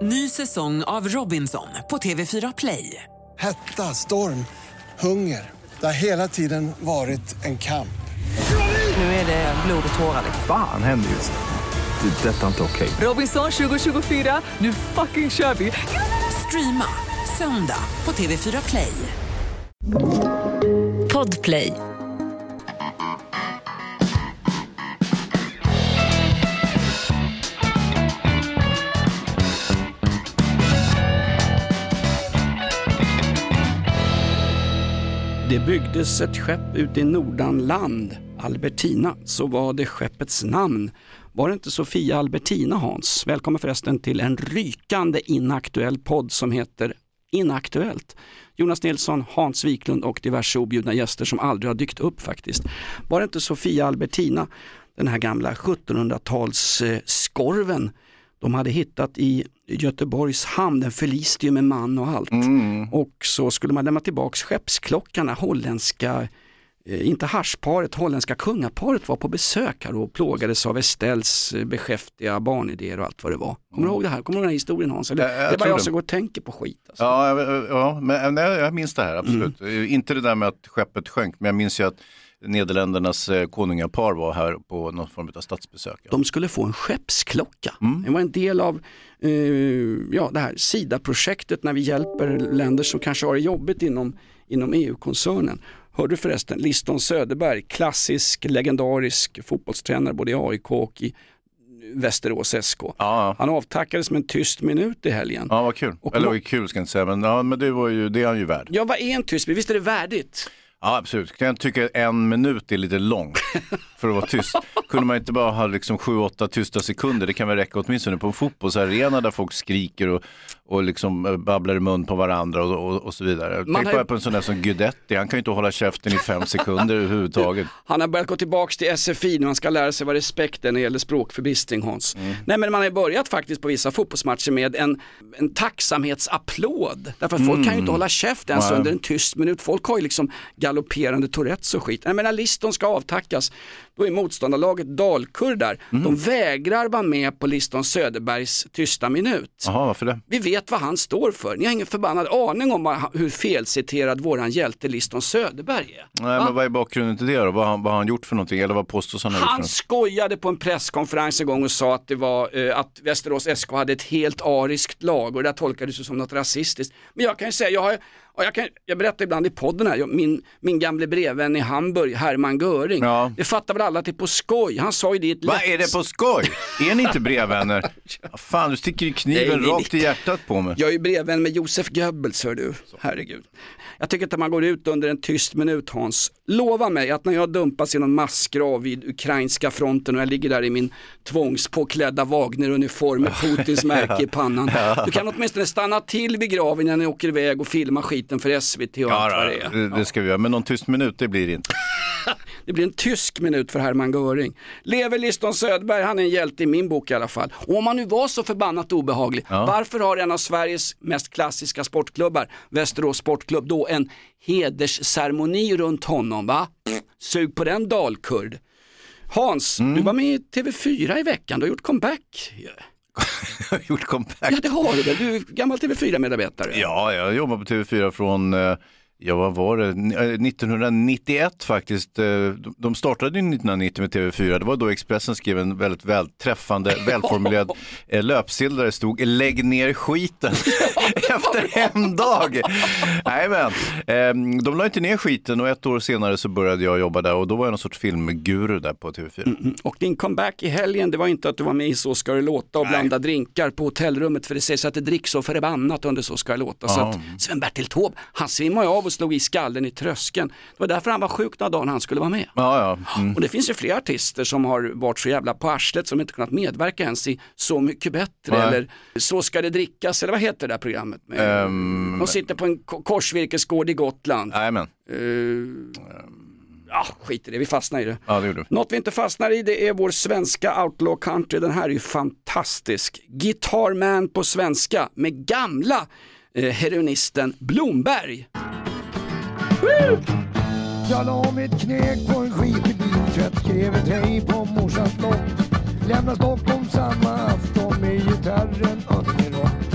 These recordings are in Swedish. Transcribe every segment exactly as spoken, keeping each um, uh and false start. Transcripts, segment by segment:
Ny säsong av Robinson på T V fyra Play. Hetta, storm, hunger. Det har hela tiden varit en kamp. Nu är det blod och tårar. Fan händer just det. Det är detta inte okej. Robinson tjugo tjugofyra, nu fucking kör vi. Streama söndag på T V fyra Play. Podplay. Det byggdes ett skepp ute i Nordanland, Albertina, så var det skeppets namn. Var det inte Sofia Albertina, Hans? Välkommen förresten till en rykande inaktuell podd som heter Inaktuellt. Jonas Nilsson, Hans Wiklund och diverse objudna gäster som aldrig har dykt upp faktiskt. Var det inte Sofia Albertina, den här gamla sjuttonhundratals eh, skorven de hade hittat i Göteborgs hamn, den förliste ju med man och allt. Mm. Och så skulle man lämna tillbaka skeppsklockarna, holländska, eh, inte haschparet, holländska kungaparet var på besök här och plågades av Estelles eh, beskäftiga barnidéer och allt vad det var. Kommer du ihåg det här? Kommer du ihåg den här historien, Hans? Eller, jag, jag det är bara jag som går och tänker på skit. Alltså. Ja, jag, ja, men jag, jag minns det här, absolut. Mm. Inte det där med att skeppet sjönk, men jag minns ju att Nederländernas eh, konungapar var här på någon form av statsbesök. Ja. De skulle få en skeppsklocka. Mm. Det var en del av eh, ja, det här SIDA-projektet när vi hjälper länder som kanske har det jobbigt inom, inom E U-koncernen. Hörde du förresten, Liston Söderberg, klassisk, legendarisk fotbollstränare både i A I K och i Västerås S K. Ja. Han avtackades med en tyst minut i helgen. Ja, vad kul. Och Eller vad kul ska jag inte säga, men, ja, men det var ju, det är han ju värd. Ja, vad är en tyst minut? Visst är det värdigt? Ja, absolut. Jag tycker en minut är lite lång för att vara tyst. Kunde man inte bara ha liksom sju åtta tysta sekunder? Det kan väl räcka åtminstone på en fotbollsarena där folk skriker och, och liksom babblar i mun på varandra och, och, och så vidare. Man Tänk har... bara på en sån där som Guidetti. Han kan ju inte hålla käften i fem sekunder överhuvudtaget. Han har börjat gå tillbaka till S F I när man ska lära sig vad respekt är när det gäller språkförbistring, Hans. Mm. Nej, men man har börjat faktiskt på vissa fotbollsmatcher med en, en tacksamhetsapplåd. Därför att mm. folk kan ju inte hålla käften ens under en tyst minut. Folk har ju liksom galopperande Tourettes och skit. Jag menar, Liston ska avtackas. Då är motståndarlaget Dalkurd där. Mm. De vägrar vara med på Liston Söderbergs tysta minut. Jaha, varför det? Vi vet vad han står för. Ni har ingen förbannad aning om hur felciterad våran hjälte Liston Söderberg är. Nej, Va? men vad är bakgrunden till det då? Vad har han, vad har han gjort för någonting? Eller vad påstås han ha gjort för Han skojade på en presskonferens en gång och sa att det var eh, att Västerås S K hade ett helt ariskt lag och det tolkades ju som något rasistiskt. Men jag kan ju säga, jag har Och jag, kan, jag berättar ibland i podden här, min, min gamla brevvän i Hamburg, Hermann Göring. Ja. Det fattar väl alla att det är på skoj. Han sa ju det i ett Vad lätt... är det på skoj? Är ni inte brevvänner? Ja, fan, du sticker ju kniven Nej, rakt i hjärtat på mig. Jag är ju brevvän med Josef Goebbels, hör du. Herregud. Jag tycker att man går ut under en tyst minut, Hans. Lova mig att när jag dumpas i någon massgrav vid ukrainska fronten och jag ligger där i min tvångspåklädda Wagner-uniform med Putins märke i pannan. Ja. Du kan åtminstone stanna till vid graven när ni åker iväg och filma skiten för S V T och ja, allt vad det är. Det, det ska vi göra, men någon tyst minut det blir det inte. Det blir en tysk minut för Hermann Göring. Lever Liston Söderberg, han är en hjälte i min bok i alla fall. Och om han nu var så förbannat obehaglig, ja. varför har en av Sveriges mest klassiska sportklubbar, Västerås Sportklubb, då en hedersceremoni runt honom, va? Sug på den Dalkurd. Hans, mm. du var med i T V fyra i veckan, du har gjort comeback. Jag har gjort comeback. Ja, det har du väl, du är gammal T V fyra-medarbetare. Ja, jag jobbar på T V fyra från... Ja, vad var det? nittonhundranittioett faktiskt. De startade ju nittonhundranittio med T V fyra. Det var då Expressen skrev en väldigt välträffande, välformulerad löpsedel där det stod lägg ner skiten efter en dag. Nej men, de la inte ner skiten och ett år senare så började jag jobba där och då var jag någon sorts filmguru där på T V fyra. Mm-hmm. Och din comeback i helgen, det var inte att du var med i Så ska det låta och Nej. blanda drinkar på hotellrummet, för det sägs att det dricks så förbannat under Så ska det låta. Ja. Så att Sven-Bertil Taube, han svimmade av och slog i skallen i tröskeln. Det var därför han var sjuk några dagar när han skulle vara med. Ja, ja. Mm. Och det finns ju flera artister som har varit så jävla på arslet som inte kunnat medverka ens i Så mycket bättre. Nej. Eller Så ska det drickas, eller vad heter det där programmet? Med? Um, De sitter på en korsvirkesgård i Gotland. Jajamän. Uh, Ja, skit i det, vi fastnar i det. Ja, det gjorde. Något vi inte fastnar i, det är vår svenska outlaw country. Den här är ju fantastisk. Guitar Man på svenska med gamla eh, heroinisten Blomberg. Woo! Jag la mitt knäck på en skitig biltvätt, skrev ett hej på morsans blogg. Lämna Stockholm samma afton med gitarren under rock.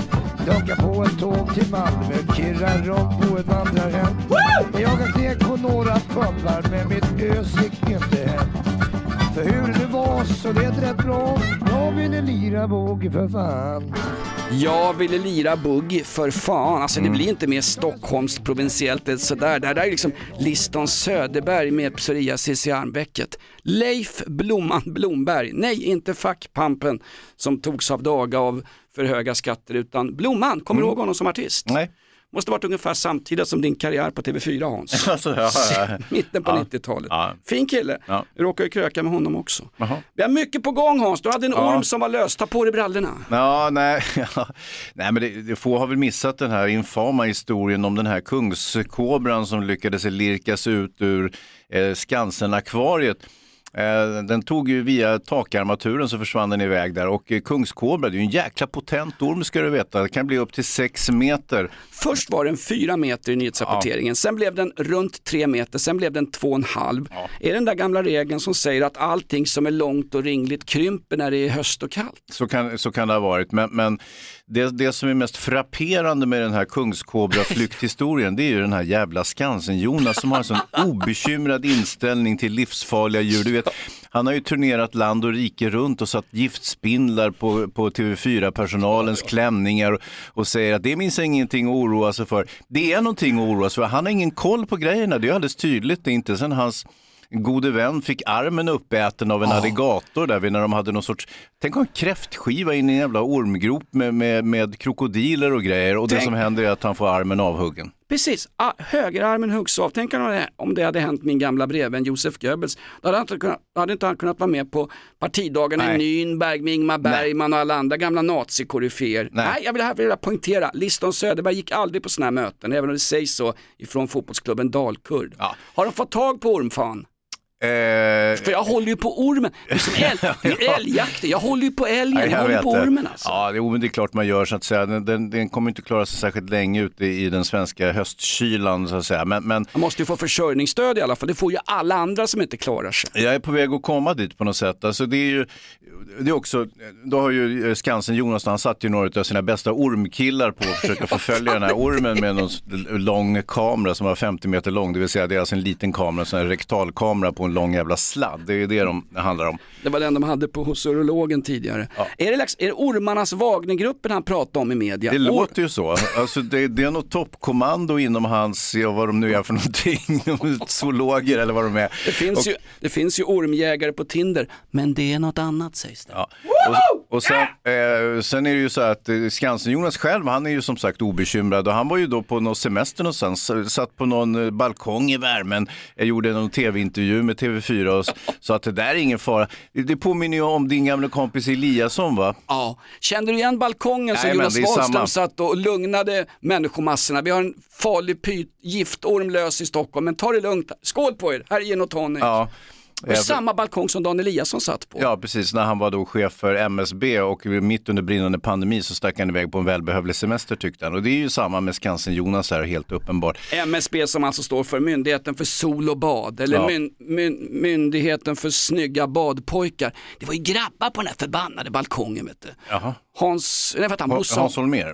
Jag åker på ett tåg till Malmö, kirrar runt på ett vandrarhem. Jag jagar kneg på några pubbar, men mitt ös gick inte hem. För hur det var så det är rätt bra. Jag ville lira boogie för fan. Jag ville lira bugg för fan. Alltså Mm. det blir inte mer Stockholms provinsiellt eller sådär. Det där är liksom Liston Söderberg med psoriasis i armvecket. Leif Blomman Blomberg. Nej, inte fackpampen som togs av daga av för höga skatter, utan Blomman. Kommer du ihåg honom som artist? Nej. Måste varit ungefär samtidigt som din karriär på T V fyra, Hans. Alltså, ja, ja. Mitten på Ja. nittiotalet. Ja. Fin kille. Ja. Du råkar ju kröka med honom också. Jaha. Vi har mycket på gång, Hans. Du hade en Ja. orm som var lös. Ta på dig brallorna. Ja, nej, ja. nej men det, det få har väl missat den här infama historien om den här kungskobran som lyckades lirkas ut ur eh, Skansen-akvariet. Eh, den tog ju via takarmaturen, så försvann den iväg där, och eh, kungskobra, det är ju en jäkla potent orm, ska du veta. Det kan bli upp till sex meter. Först var den fyra meter i nyhetsrapporteringen, ja. Sen blev den runt tre meter, sen blev den två och en halv. Ja. Är den där gamla regeln som säger att allting som är långt och ringligt krymper när det är höst och kallt? Så kan, så kan det ha varit, men, men det, det som är mest frapperande med den här kungskobra-flykthistorien, det är ju den här jävla Skansen-Jonas som har en sån obekymrad inställning till livsfarliga djur. Du vet, han har ju turnerat land och rike runt och satt giftspindlar på, på T V fyra-personalens klänningar och, och säger att det minns ingenting att oroa sig för. Det är någonting att oroa sig för. Han har ingen koll på grejerna, det är alldeles tydligt. Det är inte sen hans gode vän fick armen uppäten av en oh. alligator där när de hade någon sorts, tänk om en kräftskiva in i en jävla ormgrop med, med, med krokodiler och grejer, och tänk. Det som händer är att han får armen avhuggen. Precis, ah, högerarmen huggs av. Tänk om det hade hänt min gamla brevvän Josef Goebbels. Då hade, inte kunnat, hade inte han kunnat vara med på partidagarna Nej. i Nürnberg med Ingmar Bergman Nej. och alla andra gamla nazikoryféer. Nej. Nej, jag vill här vilja poängtera, Liston Söderberg gick aldrig på såna här möten, även om det sägs så ifrån fotbollsklubben Dalkurd. Ja. Har de fått tag på ormfan? Eh... För jag håller ju på ormen. Det är som älg, det är älgjakt. Jag håller ju på älgen, jag, jag håller på ormen alltså. Ja, det är, men det är klart man gör, så att säga. Den, den, den kommer inte klara sig särskilt länge ute i den svenska höstkylan, så att säga. Men, men... Man måste ju få försörjningsstöd i alla fall. Det får ju alla andra som inte klarar sig. Jag är på väg att komma dit på något sätt. Alltså det är ju, det är också, då har ju Skansen Jonas, han satt ju några av sina bästa ormkillar på att försöka förfölja den här ormen med någon lång kamera som var femtio meter lång. Det vill säga det är alltså en liten kamera, en sån här rektalkamera på en lång jävla sladd. Det är ju det de handlar om. Det var den de hade på hos urologen tidigare. Ja. Är, det, är det ormarnas Wagnergruppen han pratar om i media? Det Or- låter ju så. Alltså det, det är något toppkommando inom hans, ja, vad de nu är för någonting, zoologer eller vad de är. Det finns, och, ju, det finns ju ormjägare på Tinder, men det är något annat, sägs det. Ja. Och, och sen, eh, sen är det ju så att eh, Skansen Jonas själv, han är ju som sagt obekymrad, och han var ju då på någon semester någonstans, satt på någon eh, balkong i värmen, jag gjorde någon tv-intervju med T V fyra och så att det där är ingen fara. Det påminner ju om din gamla kompis Eliasson, va? Ja. Kände du igen balkongen som Nej, Jonas Wahlström samma... satt och lugnade människomassorna? Vi har en farlig pyt, giftorm lös i Stockholm, men ta det lugnt. Skål på er, här är gin och tonic. Ja. Och jag... samma balkong som Dan Eliasson satt på. Ja, precis. När han var då chef för M S B och mitt under brinnande pandemi så stack han iväg på en välbehövlig semester, tyckte han. Och det är ju samma med Skansen Jonas här, helt uppenbart. M S B som alltså står för Myndigheten för sol och bad. Eller ja. myn, myn, Myndigheten för snygga badpojkar. Det var ju grabbar på den här förbannade balkongen, vet du. Jaha. Hans, nej, vet han, Hans, Hans Holmér.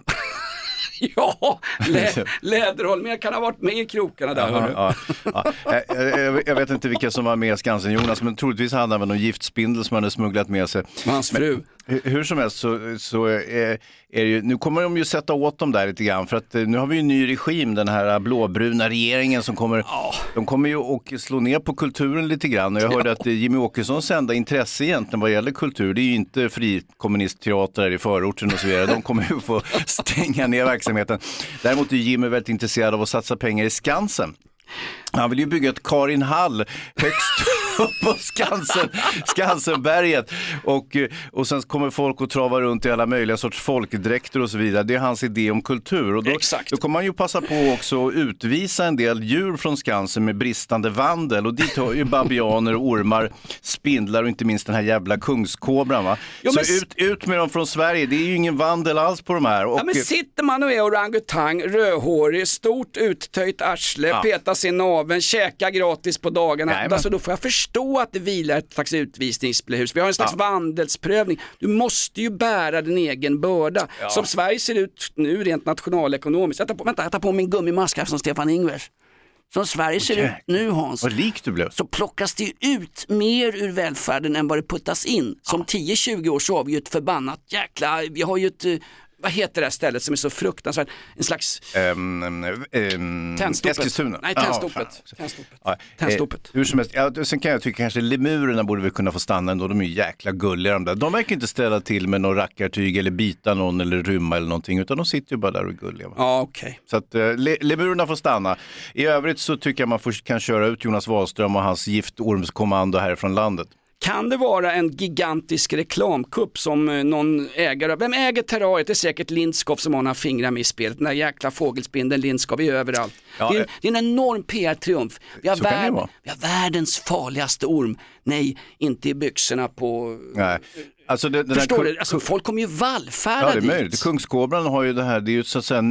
Ja, lä, Läderholmer kan ha varit med i krokarna där. Ja, ja, ja. Jag, jag vet inte vilka som var med Skansen Jonas, men troligtvis hade han väl någon giftspindel som han hade smugglat med sig. Hans fru. Men, hur som helst så, så är, är det ju, nu kommer de ju sätta åt dem där lite grann, för att nu har vi ju en ny regim, den här blåbruna regeringen som kommer, oh. de kommer ju att slå ner på kulturen lite grann, och jag hörde att Jimmy Åkessons enda intresse egentligen vad gäller kultur, det är ju inte fri kommunistteater i förorten och så vidare, de kommer ju få stänga ner verksamheten. Däremot är Jimmy väldigt intresserad av att satsa pengar i Skansen. Han vill ju bygga ett Karin Hall högst upp på Skansen, Skansenberget, och, och sen kommer folk att trava runt i alla möjliga sorts folkdräkter och så vidare. Det är hans idé om kultur, och då, då kommer man ju passa på också att utvisa en del djur från Skansen med bristande vandel, och dit har ju babianer, ormar, spindlar och inte minst den här jävla kungskobran, va? Jo, men... Så ut, ut med dem från Sverige, det är ju ingen vandel alls på de här. Och... Ja, men sitter man och är orangutang, rödhårig, stort uttöjt arsle, ja. Petar sin naveln, käka gratis på dagarna, alltså då får jag försöka förstå att det vilar ett slags utvisningsbehus. Vi har en slags Ja. vandelsprövning. Du måste ju bära din egen börda. Ja. Som Sverige ser ut nu rent nationalekonomiskt. Jag tar på, vänta, jag tar på min gummimask här som Stefan Ingvers. Som Sverige ser Okej. ut nu, Hans. Vad lik du blev. Så plockas det ju ut mer ur välfärden än vad det puttas in. Som tio tjugo år så har vi ju ett förbannat jäkla, vi har ju ett, eh, vad heter det här stället som är så fruktansvärt, en slags Um, um, um, tändstopet. Eskilstuna. Nej, Ja, tändstopet. fan. tändstopet. Ja, Tändstopet. Eh, hur som helst, ja, sen kan jag tycka kanske lemurerna borde vi kunna få stanna ändå. De är ju jäkla gulliga de där. De verkar inte ställa till med någon rackartyg eller bita någon eller rymma eller någonting, utan de sitter ju bara där och är gulliga. Va? Ja, okej. Okay. Så att eh, le- lemurerna får stanna. I övrigt så tycker jag man får, kan köra ut Jonas Wahlström och hans giftormskommando härifrån landet. Kan det vara en gigantisk reklamkupp som eh, någon ägare, vem äger terrariet? Det är säkert Lindskov som har några fingrar med i spelet. Den där jäkla fågelspindeln Lindskov är överallt. Ja, det, är, eh. det är en enorm P R-triumf. Vi har, Så kan det värld, vara. vi har världens farligaste orm. Nej, inte i byxorna på... Nej. Alltså det, det Förstår där, du? Alltså, folk kommer ju vallfärda Ja, det är dit. möjligt. Kungskobran har ju det här, det är ju så att säga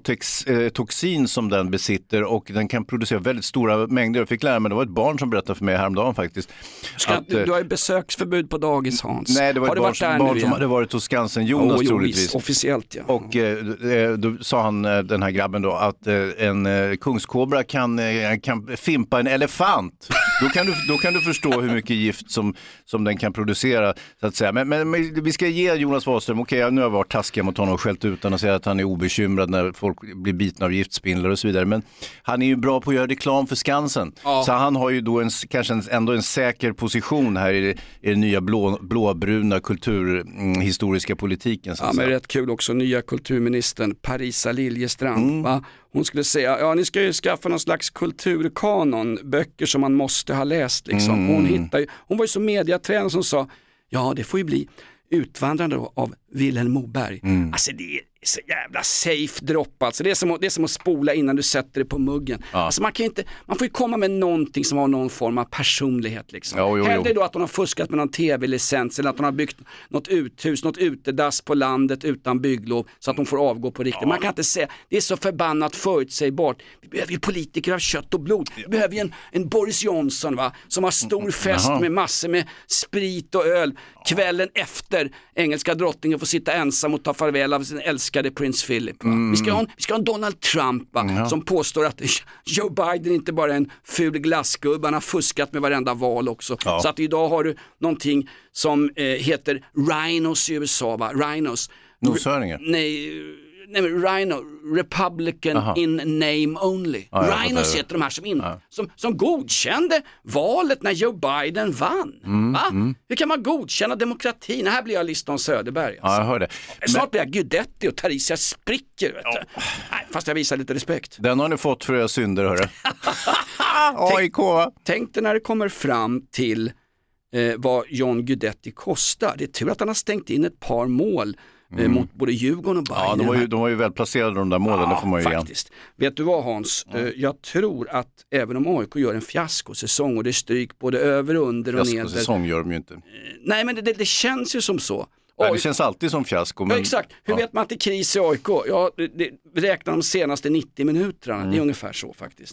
neurotoxin som den besitter och den kan producera väldigt stora mängder. Jag fick lära mig, det var ett barn som berättade för mig häromdagen faktiskt. Ska, att, du, du har ju besöksförbud på dagis, Hans. Nej, det var har ett du barn, varit som, där barn nu som igen? hade varit hos Skansen-Jonas oh, jo, troligtvis. visst, officiellt, ja. Och eh, då sa han, eh, den här grabben då, att eh, en eh, kungskobra kan, eh, kan fimpa en elefant. Då kan, du, då kan du förstå hur mycket gift som, som den kan producera, så att säga. Men, men, men vi ska ge Jonas Wahlström, okej, okay, nu har jag varit taskig mot honom och skällt utan att säga att han är obekymrad när folk blir bitna av giftspindlar och så vidare. Men han är ju bra på att göra reklam för Skansen. Ja. Så han har ju då en, kanske en, ändå en säker position här i, i den nya blå, blåbruna kulturhistoriska politiken. Så Ja, att men säga. rätt kul också, nya kulturministern Parisa Liljestrand. Mm. Va? Hon skulle säga, ja ni ska ju skaffa någon slags kulturkanon, böcker som man måste ha läst liksom. Mm. Hon, hittar ju, hon var ju så mediatränare som sa, ja det får ju bli Utvandrande av Vilhelm Moberg. Mm. Alltså det är så jävla safe drop alltså. Det är som, det är som att spola innan du sätter det på muggen. Ja. Alltså man kan inte, man får ju komma med någonting som har någon form av personlighet liksom. Jo, jo, jo. Hellre då att hon har fuskat med någon tv-licens eller att hon har byggt något uthus, något utedass på landet utan bygglov så att hon får avgå på riktigt. Ja. Man kan inte säga, det är så förbannat förutsägbart. Vi behöver ju politiker av kött och blod. Vi behöver ju en, en Boris Johnson va, som har stor fest Jaha. med massor med sprit och öl. Kvällen efter engelska drottningen får sitta ensam och ta farväl av sin älskade prins Philip. Mm. Vi, ska ha en, vi ska ha en Donald Trump va, mm. som påstår att Joe Biden inte bara är en ful glassgubbe, han har fuskat med varenda val också. Ja. Så att idag har du någonting som eh, heter Rhinos i U S A va, Rhinos. Noshörningar? Nej, nej men Rhino, Republican Aha. in name only. Ja, Rhinos heter de här som, in, ja. som, som godkände valet när Joe Biden vann. Mm, Va? Mm. Hur kan man godkänna demokratin? Här blir jag Liston Söderberg. Alltså. Ja, jag hör det. Snart men... blir jag Guidetti och Tarisia spricker. Vet ja. Nej, fast jag visar lite respekt. Den har ni fått för era synder, hörru. A I K. Tänk dig när det kommer fram till eh, vad John Guidetti kostar. Det är tur att han har stängt in ett par mål Mm. mot både Djurgården och Bayern. Ja, de var ju, de var ju väl placerade de där målen, ja, det får man ju faktiskt. Igen. Vet du vad Hans? Mm. Jag tror att även om A I K gör en fiaskosäsong och det är stryk både över och under och neder. Fiaskosäsong gör de ju inte. Nej, men det, det, det känns ju som så. Nej, det känns alltid som fiasko. Men... Ja, exakt. Hur ja. vet man att det är kris i A I K? Ja, det, det räknar de senaste nittio minuterna. Mm. Det är ungefär så faktiskt.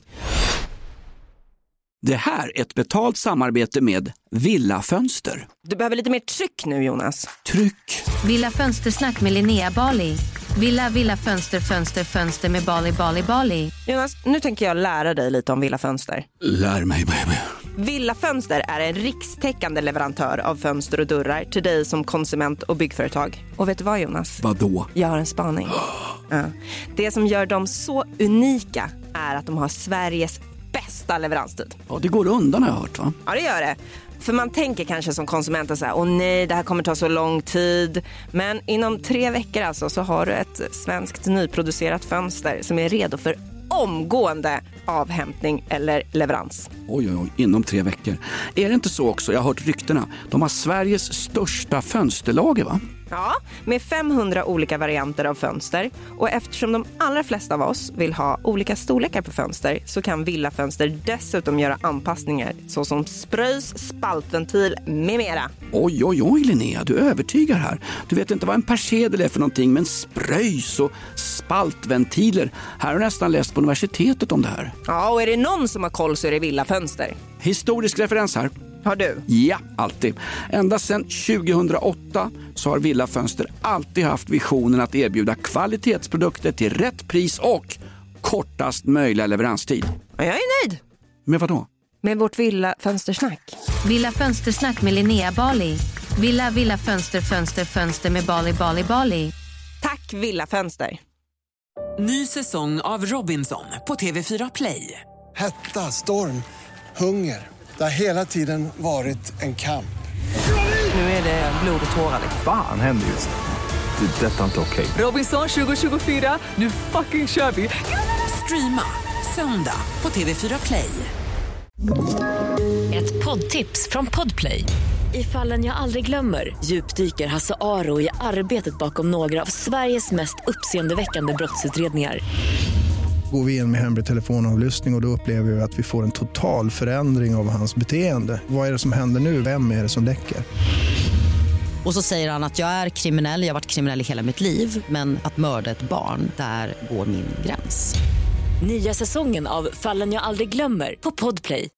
Det här är ett betalt samarbete med Villa Fönster. Du behöver lite mer tryck nu, Jonas. Tryck! Villa Fönstersnack med Linnea Bali. Villa, Villa Fönster, Fönster, Fönster med Bali, Bali, Bali. Jonas, nu tänker jag lära dig lite om Villa Fönster. Lär mig, baby. Villa Fönster är en rikstäckande leverantör av fönster och dörrar till dig som konsument och byggföretag. Och vet du vad, Jonas? Vadå? Jag har en spaning. Ja. Det som gör dem så unika är att de har Sveriges bästa leveranstid. Ja, det går undan har jag hört, va? Ja, det gör det. För man tänker kanske som konsument så här, åh nej, det här kommer ta så lång tid. Men inom tre veckor alltså så har du ett svenskt nyproducerat fönster som är redo för omgående avhämtning eller leverans. Oj, oj, oj, inom tre veckor. Är det inte så också? Jag har hört ryktena. De har Sveriges största fönsterlager, va? Ja, med femhundra olika varianter av fönster. Och eftersom de allra flesta av oss vill ha olika storlekar på fönster så kan Villa Fönster dessutom göra anpassningar såsom spröjs, spaltventil med mera. Oj, oj, oj Linnea, du övertygar här. Du vet inte vad en persedel är för någonting, men spröjs och spaltventiler. Här har jag nästan läst på universitetet om det här. Ja, och är det någon som har koll så är det Villa Fönster. Historisk referens här. Har du? Ja, alltid. Ända sedan tjugohundraåtta så har Villa Fönster alltid haft visionen att erbjuda kvalitetsprodukter till rätt pris och kortast möjliga leveranstid. Jag är nöjd. Men vadå? Med vårt Villa Fönstersnack. Villa Fönstersnack med Linnea Bali. Villa, Villa Fönster, Fönster, Fönster med Bali, Bali, Bali. Tack Villa Fönster. Ny säsong av Robinson på T V fyra Play. Hetta, storm, hunger. Det har hela tiden varit en kamp. Nu är det blod och tårar. Fan händer just det. Det är detta inte okej. Robinson tjugo tjugofyra, nu fucking kör vi. Streama söndag på T V fyra Play. Ett poddtips från Podplay. I Fallen jag aldrig glömmer djupdyker Hasse Aro i arbetet bakom några av Sveriges mest uppseendeväckande brottsutredningar. Går vi in med hemlig telefonavlyssning och, och då upplever vi att vi får en total förändring av hans beteende. Vad är det som händer nu? Vem är det som läcker? Och så säger han att jag är kriminell, jag har varit kriminell i hela mitt liv. Men att mörda ett barn, där går min gräns. Nya säsongen av Fallen jag aldrig glömmer på Podplay.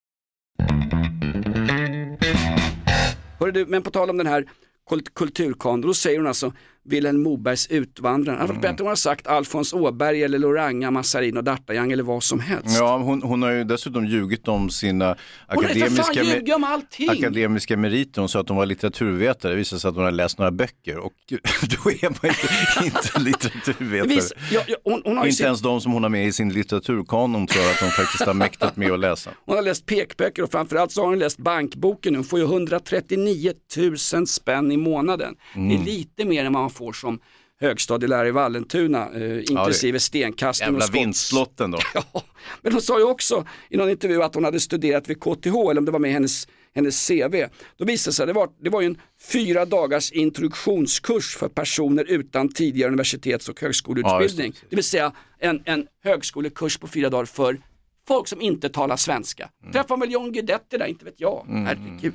Hörru du, men på tal om den här kult- kulturkanon, då säger hon alltså Vilhelm Mobergs Utvandraren. Det hade varit bättre om hon har sagt Alfons Åberg eller Loranga, Massarin och D'Artagnan eller vad som helst. Ja, hon, hon har ju dessutom ljugit om sina akademiska, me- om akademiska meriter. Hon sa att hon var litteraturvetare. Det visade sig att hon har läst några böcker och då är man inte, inte litteraturvetare. Vis, ja, ja, hon, hon har inte sin... ens de som hon har med i sin litteraturkanon tror jag att hon faktiskt har mäktat med att läsa. Hon har läst pekböcker och framförallt så har hon läst bankboken. Hon får ju hundratrettionio tusen spänn i månaden. Mm. Det är lite mer än man får som högstadielärare i Vallentuna, eh, inklusive ja, stenkastning och skott. Jävla vinstlotten då. Ja, men hon sa ju också i någon intervju att hon hade studerat vid K T H, eller om det var med hennes, hennes C V. Då visade sig att det var, det var ju en fyra dagars introduktionskurs för personer utan tidigare universitets- och högskoleutbildning. Ja, det. det vill säga en, en högskolekurs på fyra dagar för folk som inte talar svenska. Mm. Träffar väl John Guidetti där, inte vet jag. Mm. Herregud.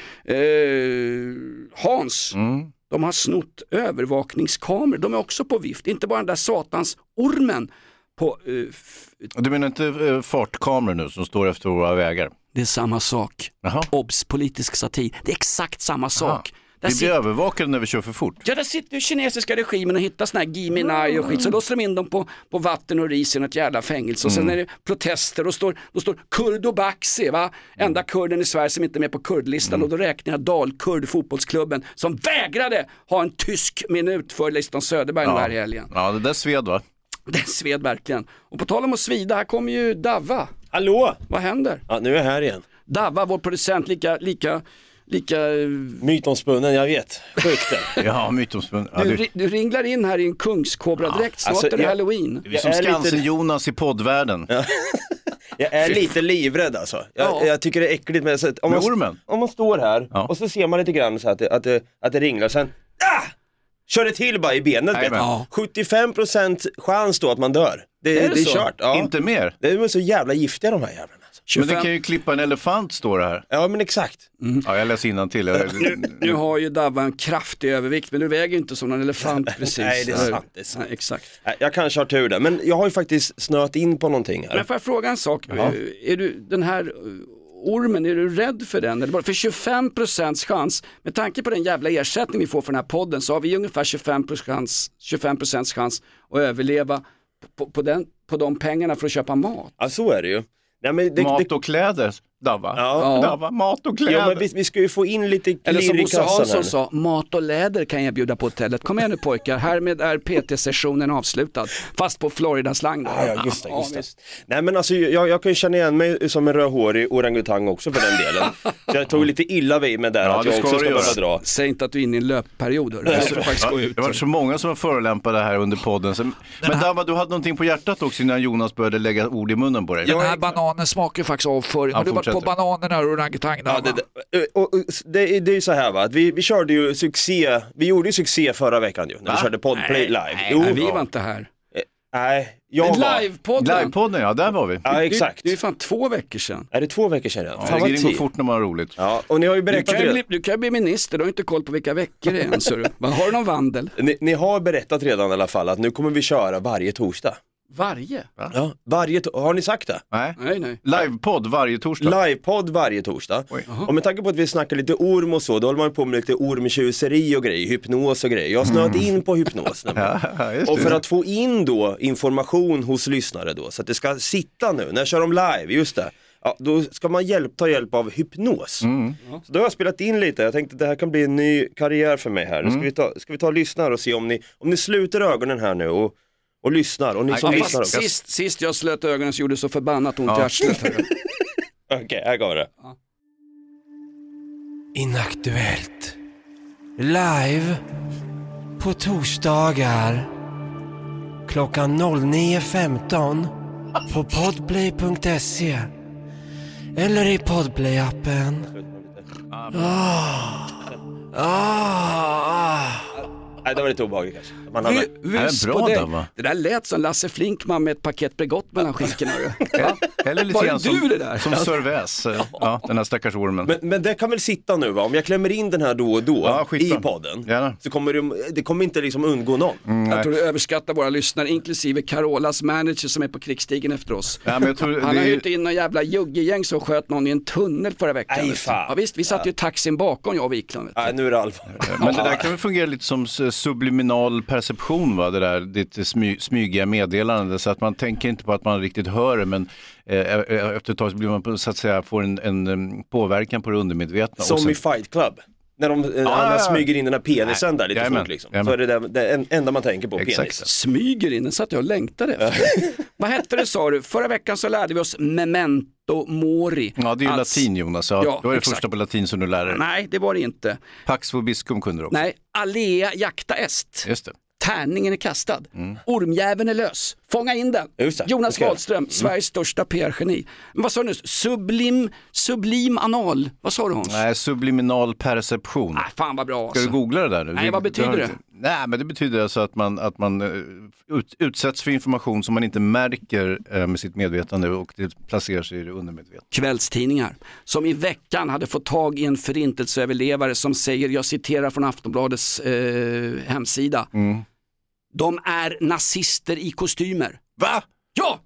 Eh, Hans... Mm. De har snott övervakningskameror. De är också på vift. Inte bara den där satans ormen på... Uh, f- du menar inte uh, fartkameror nu som står efter våra vägar? Det är samma sak. Jaha. Obs, politisk satir. Det är exakt samma sak. Vi blir sit- övervakade när vi kör för fort. Ja, där sitter ju kinesiska regimen och hittar såna här Gui Minhai och skit. Så låser de in dem på, på vatten och ris i något jävla fängelse. Och sen mm. är det protester och står, då står Kurdo Baxi, va? Enda kurden i Sverige som inte är med på kurdlistan. Mm. Och då räknar jag Dalkurd fotbollsklubben som vägrade ha en tysk minut för Liston Söderberg ja. den här helgen. Ja, det där sved va? Det sved verkligen. Och på tal om att svida, här kommer ju Davva. Hallå! Vad händer? Ja, nu är jag här igen. Davva, vår producent, lika... lika Lika... Mytomspunnen, jag vet. Sjukt. Ja, mytomspunnen. Ja, du... Du, du ringlar in här i en kungskobra direkt. Snart alltså, är det jag, Halloween. Vi är som Skansen-Jonas lite... i poddvärlden. Ja. Jag är lite livrädd alltså. Jag, ja. jag tycker det är äckligt med, så att om, med man, ormen. Om man står här ja. och så ser man lite grann så att det, att det, att det ringlar. Sen ah! kör det till bara i benet. Ja. sjuttiofem procent chans då att man dör. Det är, det är kört. Ja. Inte mer. Det är så jävla giftiga de här jävlarna. tjugofem Men det kan ju klippa en elefant, står det här. Ja, men exakt. Mm. Ja, jag läser innantill. Jag... nu, nu har ju Davva en kraftig övervikt, men du väger ju inte som en elefant precis. Nej, det är sant. Det är sant. Nej, exakt. Jag kanske har tur där, men jag har ju faktiskt snöat in på någonting här. Men får jag fråga en sak? Ja. Är du den här ormen, är du rädd för den? Eller bara för tjugofem procents chans, med tanke på den jävla ersättning vi får för den här podden, så har vi ungefär tjugofem procents chans att överleva på, på, den, på de pengarna för att köpa mat. Ja, så är det ju. Nej, men det, mat och kläder, Davva. Ja. Davva, mat och kläder. Ja, men vi, vi ska ju få in lite klirr eller som i Bosse kassan Hansson här. sa, mat och läder kan jag bjuda på hotellet. Kom igen nu pojkar, härmed är P T-sessionen avslutad. Fast på Floridas-slang då. Ja, ja, just det, just det. Ja, Nej, men alltså jag, jag kan ju känna igen mig som en rödhårig orangutang också för den delen. Så jag tog lite illa vid mig där ja, att jag också ska behöva dra. Säg inte att du är inne i en löpperiod. Hör. Det, ska faktiskt gå ut. Det var så många som var förolämpade här under podden. Men här... Davva, du hade någonting på hjärtat också innan Jonas började lägga ord i munnen på dig. Den här bananen smakar ju faktiskt avföring. Har du varit på bananerna och orangutangerna? Ja, det, det, och, och, det, det är ju så här va, att vi, vi körde ju succé, vi gjorde ju succé förra veckan ju, när va? vi körde Podplay live. Nej, jo, nej, vi var inte här. Eh, nej, jag var. Livepodden. Livepodden, ja, där var vi. Ja, exakt. Det, det är fan två veckor sedan. Är det två veckor sedan? Ja, fan, det går fort när man har roligt. Ja, och ni har ju berättat du kan, bli, du kan bli minister, du har inte koll på vilka veckor det är än. Så du. Har du någon vandel? Ni, ni har berättat redan i alla fall att nu kommer vi köra varje torsdag. Varje? Ja, varje to- har ni sagt det? Nej. Nej, nej. Livepodd varje torsdag. Livepodd varje torsdag. Och med tanke på att vi snackar lite orm och så, då håller man på med lite ormtjuseri och grejer, hypnos och grejer. Jag har snöat in på hypnos. Ja, just och för det. att få in då information hos lyssnare då, så att det ska sitta nu, när jag kör dem live, just det. Ja, då ska man hjälp, ta hjälp av hypnos. Mm. Så då har jag spelat in lite. Jag tänkte att det här kan bli en ny karriär för mig här. Nu ska, Mm. vi, ta, ska vi ta och lyssna och se om ni, om ni sluter ögonen här nu och, och lyssnar. Och ni som Ja, lyssnar fast också. sist, sist jag slöt ögonen så gjorde det så förbannat ont Ja. i arslet. Okej, okay, här går det. Ja. Inaktuellt. Live på torsdagar klockan nio femton på podplay punkt se eller i Podplay-appen. Ah. Ah. Nej, det var lite obehagligt kanske. Man hade... Vi, vis på det. Det där lät som Lasse Flinkman med ett paket Bregott mellan skinkorna. Eller lite Var grann det som, du det där? som Sörväs, ja, den här stackars ormen. Men, men det kan väl sitta nu va? Om jag klämmer in den här då och då Ja, i podden, Gärna. så kommer det, det kommer inte liksom undgå någon. Mm, Jag tror du överskattar våra lyssnare, inklusive Carolas manager som är på krigsstigen efter oss. Ja, men jag tror Han det har är- hyrt in någon jävla juggegäng som sköt någon i en tunnel förra veckan. Nej, vet du. fan. Ja, visst, vi satt ju i taxin bakom jag och Wiklund. Nej, nu är det allvar. Men det där kan väl fungera lite som s- subliminal perception, va? Det där lite smy, smygiga meddelande, så att man tänker inte på att man riktigt hör det, men eh, efter ett tag så blir man på, så att säga, får en, en, en påverkan på det undermedvetna. Som Och sen- i Fight Club. När de ja, ja, ja. smyger in den här penisen där lite Jajamän, fort liksom. jajamän. Så är det det, det en, enda man tänker på, Exakt. penisen. Smyger in, den satt jag och längtade efter. Vad hette det sa du? Förra veckan så lärde vi oss memento mori. Ja, det är ju Alltså- latin, Jonas. Ja, Ja, det var det exakt. första på latin som du lärde dig. Nej, det var det inte. Pax vobiscum kunde du också. Nej, alea jacta est. Just det. Tärningen är kastad. Ormjäveln är lös. Fånga in den. Just det. Jonas Det ska jag. Wahlström, Mm. Sveriges största P R-geni. Men vad sa du nu? Sublim, sublim anal. Vad sa du Hans? Nej, subliminal perception. Ah, fan vad bra Ska alltså. du googla det där nu? Nej, vad betyder har det? inte- Nej, men det betyder alltså att man, att man eh, ut, utsätts för information som man inte märker eh, med sitt medvetande, och det placerar sig i det undermedvetna. Kvällstidningar som i veckan hade fått tag i en förintelseöverlevare som säger, jag citerar från Aftonbladets eh, hemsida. Mm. De är nazister i kostymer. Va? Ja!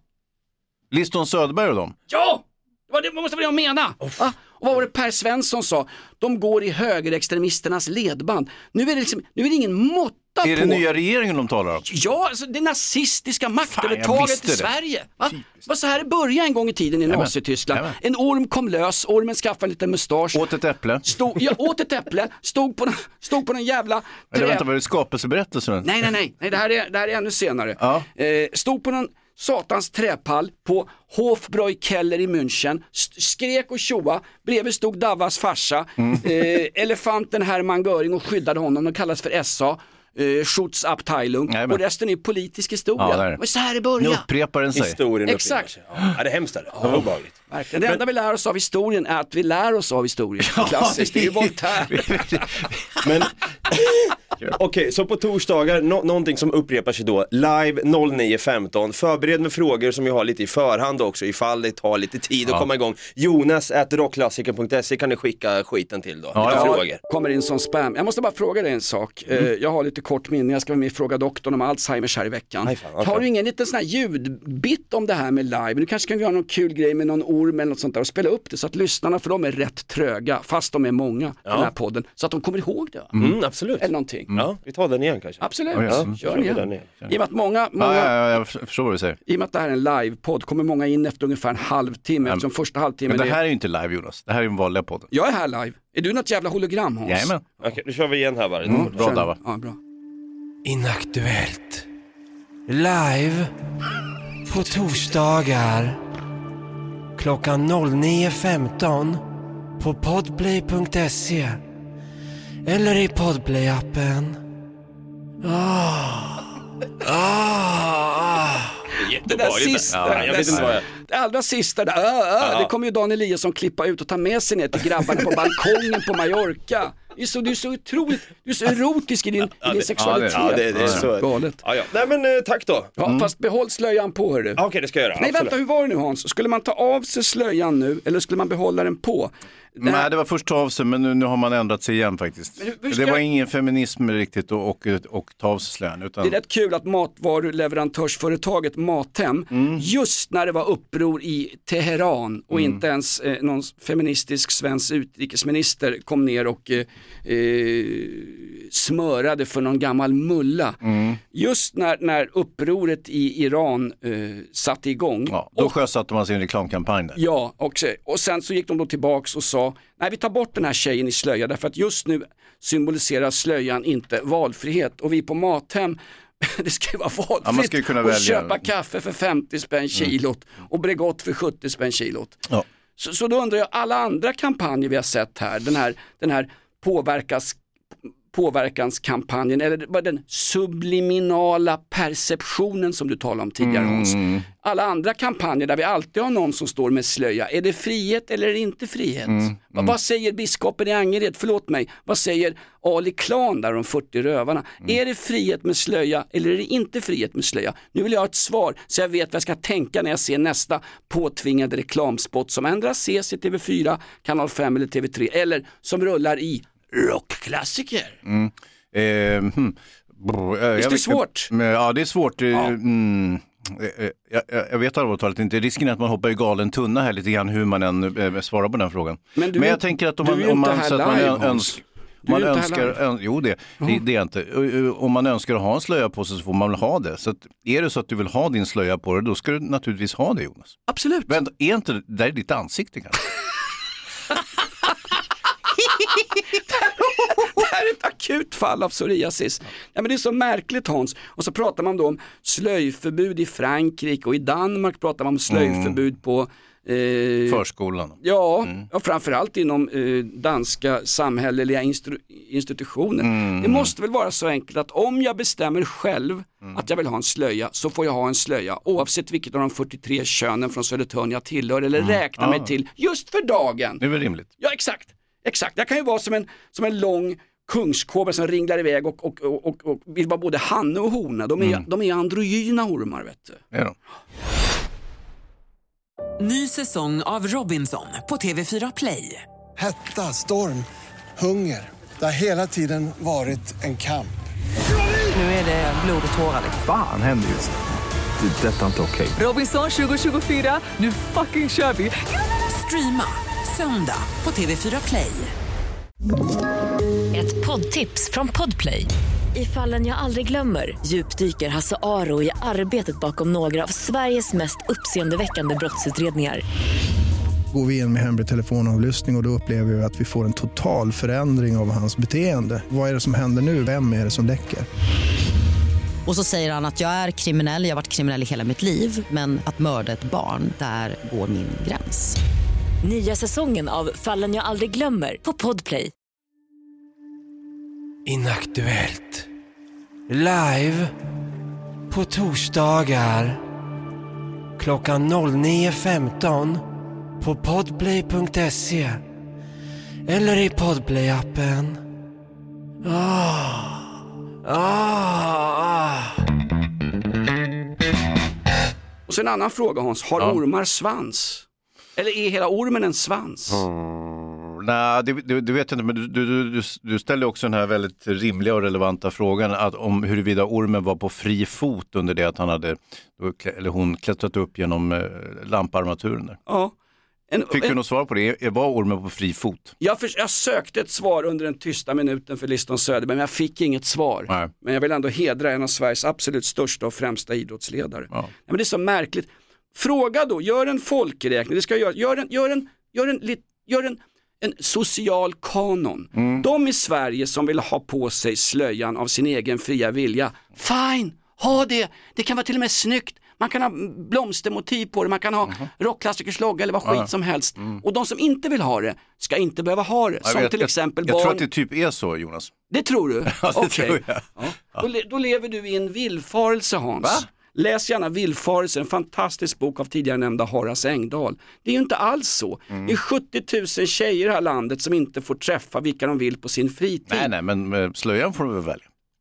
Liston Söderberg och dem? Ja! Det var det, vad måste vara det jag mena? Va? Och vad var det Per Svensson sa? De går i högerextremisternas ledband. Nu är det, liksom, nu är det ingen måtta Är på... det nya regeringen de talar om? Ja, alltså det nazistiska Fan, maktövertaget jag i visste det. Sverige. Va? Var så här det började en gång i tiden i Jajamän. Nazityskland. Jajamän. En orm kom lös, ormen skaffade en liten mustasch. Åt ett äpple? Stod, ja, åt ett äpple, stod på, stod på en jävla Eller trä... vänta, var det skapelseberättelsen? Nej, nej, nej, nej det, här är, det här är ännu senare. Ja. Eh, stod på någon satans träpall på Hofbräu Keller i München, st- skrek och tjoa, bredvid stod Davas farsa, Mm. eh, elefanten Hermann Göring och skyddade honom, de kallas för S A. Eh, Schutzabteilung. Jajamän. Och resten är politisk historia. Ja, där är det. Det var så här det Nu började. upprepar den sig. Historien Exakt. upprepar sig. Ja, det är hemskt är det. Det var obehagligt. Verkligen. Det enda vi lär oss av historien är att vi lär oss av historien. Klassiskt, det är ju Voltaire. Men okej, så på torsdagar, no- någonting som upprepar sig då, live nio femton. Förbered med frågor som jag har lite i förhand också, ifall det tar lite tid att Ja. komma igång. Jonas at rockklassiker punkt se kan ni skicka skiten till då. Ja, Lite ja. frågor. Kommer in som spam. Jag måste bara fråga dig en sak. Eh, Jag har lite kort minne, jag ska vara med och fråga doktorn om Alzheimers här i veckan. Nej, fan, okej. Har du ingen liten sån här ljudbit om det här med live? Du kanske kan göra någon kul grej med någon orm eller något sånt där och spela upp det så att lyssnarna, för de är rätt tröga, fast de är många i den här podden, så att de kommer ihåg det. Mm, absolut. Eller någonting. Ja, vi tar den igen kanske. Absolut, Oh, yes. ja, Mm. kör Kör den vi igen. den igen. I och med att många, många Ja, ja, ja, jag förstår vad du säger. i och med att det här är en livepodd kommer många in efter ungefär en halvtimme, eftersom första halvtimmen Men det här är... är ju inte live, Jonas. Det här är ju en vanlig podd. Jag är här live. Är du något jävla hologram, Hans? Jajamän. Okej, nu kör vi igen här bara. Mm, bra Kör. Dava. Ja, bra. Inaktuellt. Live på torsdagar klockan nio femton på podplay punkt se eller i Podplay-appen. Ah. Ah. Det där sista, Ja, jag vet inte vad jag... det allra sista, där, äh, äh, det kommer ju Dan Eliasson klippa ut och ta med sig ner till grabbarna på balkongen på Mallorca. Du är så, du är så otroligt, du är så erotisk i din, i din sexualitet. Ja, det, det är så... Galet. Ja, ja. Nej men eh, tack då. Ja, fast behåll slöjan på, hörru. Ja, Okej, det ska jag göra. Nej, absolut. vänta, hur var det nu, Hans? Skulle man ta av sig slöjan nu eller skulle man behålla den på? Nej, här... det var först ta av sig, men nu, nu har man ändrat sig igen faktiskt. Ska... Det var ingen feminism riktigt och, och, och ta av sig slöjan. Utan... Det är rätt kul att matvaruleverantörsföretaget Mathem, mm. just när det var uppror i Teheran och mm. inte ens eh, någon feministisk svensk utrikesminister kom ner och eh, eh, smörade för någon gammal mulla. Mm. Just när, när upproret i Iran eh, satte igång. Ja, då och, sjösatte man sin reklamkampanj där. Ja, och, och sen så gick de då tillbaks och sa, nej vi tar bort den här tjejen i slöja därför att just nu symboliserar slöjan inte valfrihet och vi på Mathem det ska ju vara valfritt ja, man ska ju kunna och välja. Köpa kaffe för femtio spänn kilot mm. och Bregott för sjuttio spänn kilot. Ja. Så, så då undrar jag, alla andra kampanjer vi har sett här, den här, den här påverkas påverkanskampanjen eller den subliminala perceptionen som du talade om tidigare Hans. Mm. Alla andra kampanjer där vi alltid har någon som står med slöja. Är det frihet eller är det inte frihet? Mm. Mm. Vad, vad säger biskopen i Angered? Förlåt mig. Vad säger Ali Klan där om fyrtio rövarna? Mm. Är det frihet med slöja eller är det inte frihet med slöja? Nu vill jag ha ett svar så jag vet vad jag ska tänka när jag ser nästa påtvingade reklamspot som ändrar ses i T V fyra, kanal fem eller T V tre eller som rullar i rockklassiker. Mm. Eh, hmm. Brr, Visst är det svårt? Ja, det är svårt. Ja. Mm. Jag, jag vet allvarligt inte. Risken är att man hoppar i galen tunna här lite grann hur man än äh, svarar på den frågan. Men, Men jag inte, tänker att om man, om man, så att man önskar man önskar, ön, jo det, det, det är inte. Om man önskar att ha en slöja på sig så får man väl ha det. Så att, är det så att du vill ha din slöja på dig, då ska du naturligtvis ha det, Jonas. Absolut. Men är inte det där är ditt ansikte kanske? Det här är ett akut fall av psoriasis. Ja, men det är så märkligt Hans. Och så pratar man då om slöjförbud i Frankrike och i Danmark pratar man om slöjförbud mm. på eh, förskolan. Ja, mm. och framförallt inom eh, danska samhälleliga instru- institutioner. Mm. Det måste väl vara så enkelt att om jag bestämmer själv mm. att jag vill ha en slöja så får jag ha en slöja oavsett vilket av de fyrtiotre könen från Södertörn jag tillhör eller mm. räknar ah. mig till just för dagen. Det är väl rimligt. Ja, exakt. Exakt, jag kan ju vara som en, som en lång kungskobra som ringlar iväg och, och, och, och, och vill vara både hanne och hona. De är, mm. de är androgyna ormar, vet du. Ja då. Ny säsong av Robinson på T V fyra Play. Hetta, storm, hunger. Det har hela tiden varit en kamp. Nu är det blod och tårar. Fan händer just det. Det är detta inte okej. Okay. Robinson tjugo tjugofyra, nu fucking kör vi. Streama söndag på T V fyra Play. Ett poddtips från Podplay. I Fallen jag aldrig glömmer djupdyker Hasse Aro i arbetet bakom några av Sveriges mest uppseendeväckande brottsutredningar. Går vi in med hemlig telefonavlyssning och, och då upplever vi att vi får en total förändring av hans beteende. Vad är det som händer nu? Vem är det som läcker? Och så säger han att jag är kriminell, jag har varit kriminell i hela mitt liv. Men att mörda ett barn, där går min gräns. Nya säsongen av Fallen jag aldrig glömmer på Podplay. Inaktuellt. Live på torsdagar klockan nio femton på podplay punkt se eller i Podplay-appen. Ah, ah, ah. Och sen en annan fråga Hans, har ja. ormar svans? Eller är hela ormen en svans? Mm, nej, det, det, det vet jag inte. Men du, du, du, du ställer också den här väldigt rimliga och relevanta frågan att om huruvida ormen var på fri fot under det att han hade, eller hon klättrat upp genom eh, lamparmaturen där. Ja. En, Fick du något svar på det? Var ormen på fri fot? Jag, för, jag sökte ett svar under den tysta minuten för Liston Söderberg, men jag fick inget svar. Nej. Men jag vill ändå hedra en av Sveriges absolut största och främsta idrottsledare. Ja. Ja, men det är så märkligt. Fråga då, gör en folkräkning, det ska jag göra, gör en, gör en, gör en, gör en, en social kanon. Mm. De i Sverige som vill ha på sig slöjan av sin egen fria vilja, fine, ha det, det kan vara till och med snyggt. Man kan ha blomstermotiv på det, man kan ha mm. rockklassikers logga eller vad skit ja. som helst. Mm. Och de som inte vill ha det ska inte behöva ha det. Som jag, till exempel jag, barn... jag tror att det typ är så, Jonas. Det tror du? Ja, det okay. tror jag. Ja. Ja. Då, då lever du i en villfarelse, Hans. Va? Läs gärna Villfarelse, en fantastisk bok av tidigare nämnda Horace Engdahl. Det är ju inte alls så. Mm. Det är sjuttio tusen tjejer i det här landet som inte får träffa vilka de vill på sin fritid. Nej, nej, men slöjan får du väl välja.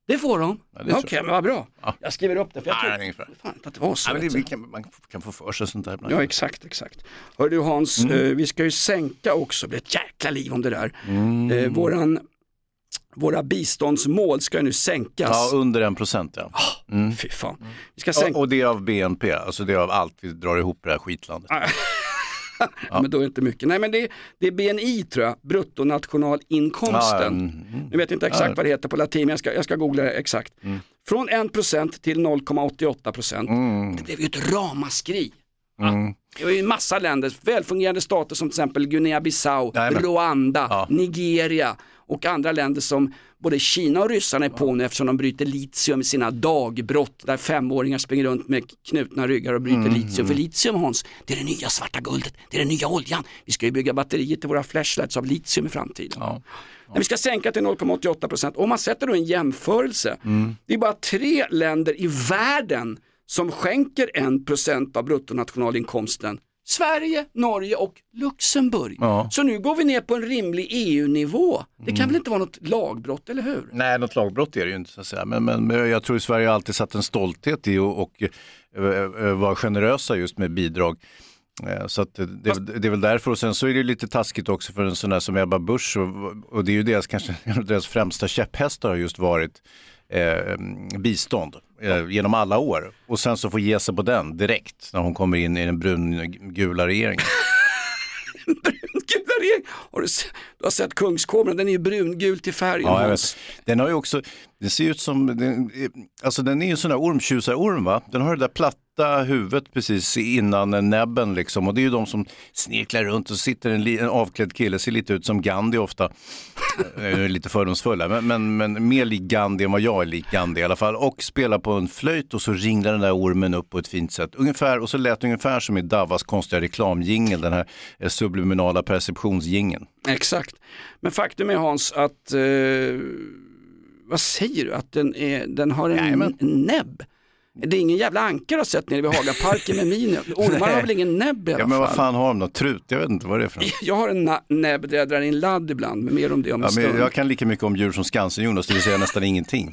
Det får de. Ja, Okej, okay, men vad bra. Ja. Jag skriver upp det. För jag Nej, tror fan att det var så. Ja, men det, kan, man kan få för sig sånt där. Ja, exakt, exakt. Hör du Hans, mm. eh, vi ska ju sänka också. Det blir ett jäkla liv om det där. Mm. Eh, våran, våra biståndsmål ska nu sänkas. Ja, under en procent. Ja. Mm. Fy fan. Vi ska sänka... och, och det är av B N P, alltså det är av allt vi drar ihop det här skitlandet. Ja. Men då är det inte mycket. Nej, men det, det är B N I tror jag, bruttonationalinkomsten. Ja, mm, mm. Jag vet inte exakt ja. vad det heter på latin, men jag ska, jag ska googla det exakt. Mm. Från en procent till noll komma åttioåtta procent. Mm. Det blev ju ett ramaskri. Mm. Det var ju en massa länder, välfungerande stater som till exempel Guinea-Bissau, Nej, men... Rwanda, ja. Nigeria och andra länder som både Kina och ryssarna är på nu eftersom de bryter litium i sina dagbrott där femåringar springer runt med knutna ryggar och bryter mm. litium. För litium, Hans, det är det nya svarta guldet, det är den nya oljan. Vi ska ju bygga batterier till våra flashlights av litium i framtiden. Ja. Ja. Vi ska sänka till noll komma åttioåtta procent. Om man sätter då en jämförelse, mm. det är bara tre länder i världen som skänker en procent av bruttonationalinkomsten. Sverige, Norge och Luxemburg. Ja. Så nu går vi ner på en rimlig E U-nivå. Det kan mm. väl inte vara något lagbrott, eller hur? Nej, något lagbrott är det ju inte så att säga. Men, men, men jag tror att Sverige har alltid satt en stolthet i och, och äh, vara generösa just med bidrag. Så att det, det, det är väl därför, och sen så är det lite taskigt också för en sån där som Ebba Busch och, och det är ju deras, kanske deras främsta käpphästar har just varit eh, bistånd eh, genom alla år och sen så får ge sig på den direkt när hon kommer in i den brungula regeringen. Brungula regering? Har du, du har sett Kungskobran, den är ju brungul till färgen. Ja, jag vet. Den har ju också, det ser ut som, den, alltså den är ju en sån där ormtjusarorm va? Den har det där platta huvudet precis innan näbben liksom och det är ju de som snirklar runt och sitter en, en avklädd kille, ser lite ut som Gandhi ofta. Lite fördomsfulla, men, men, men mer lik Gandhi än vad jag är lik Gandhi i alla fall. Och spelar på en flöjt och så ringlar den där ormen upp på ett fint sätt. Ungefär, och så lät ungefär som i Davas konstiga reklamjingel, den här subliminala perceptionsjingeln. Exakt. Men faktum är Hans att, eh, vad säger du? Att den, är, den har en, Nej, men... en näbb. Det är ingen jävla ankar har sett nere vid Hagaparken med min. Ormar har väl ingen näbb i alla ja, men vad fall. fan har de då? Trut? Jag vet inte vad det är för något. Jag har en na- näbb där jag drar in ladd ibland, men mer om det om en ja, men jag kan lika mycket om djur som Skansen, Jonas, det vill säga nästan ingenting.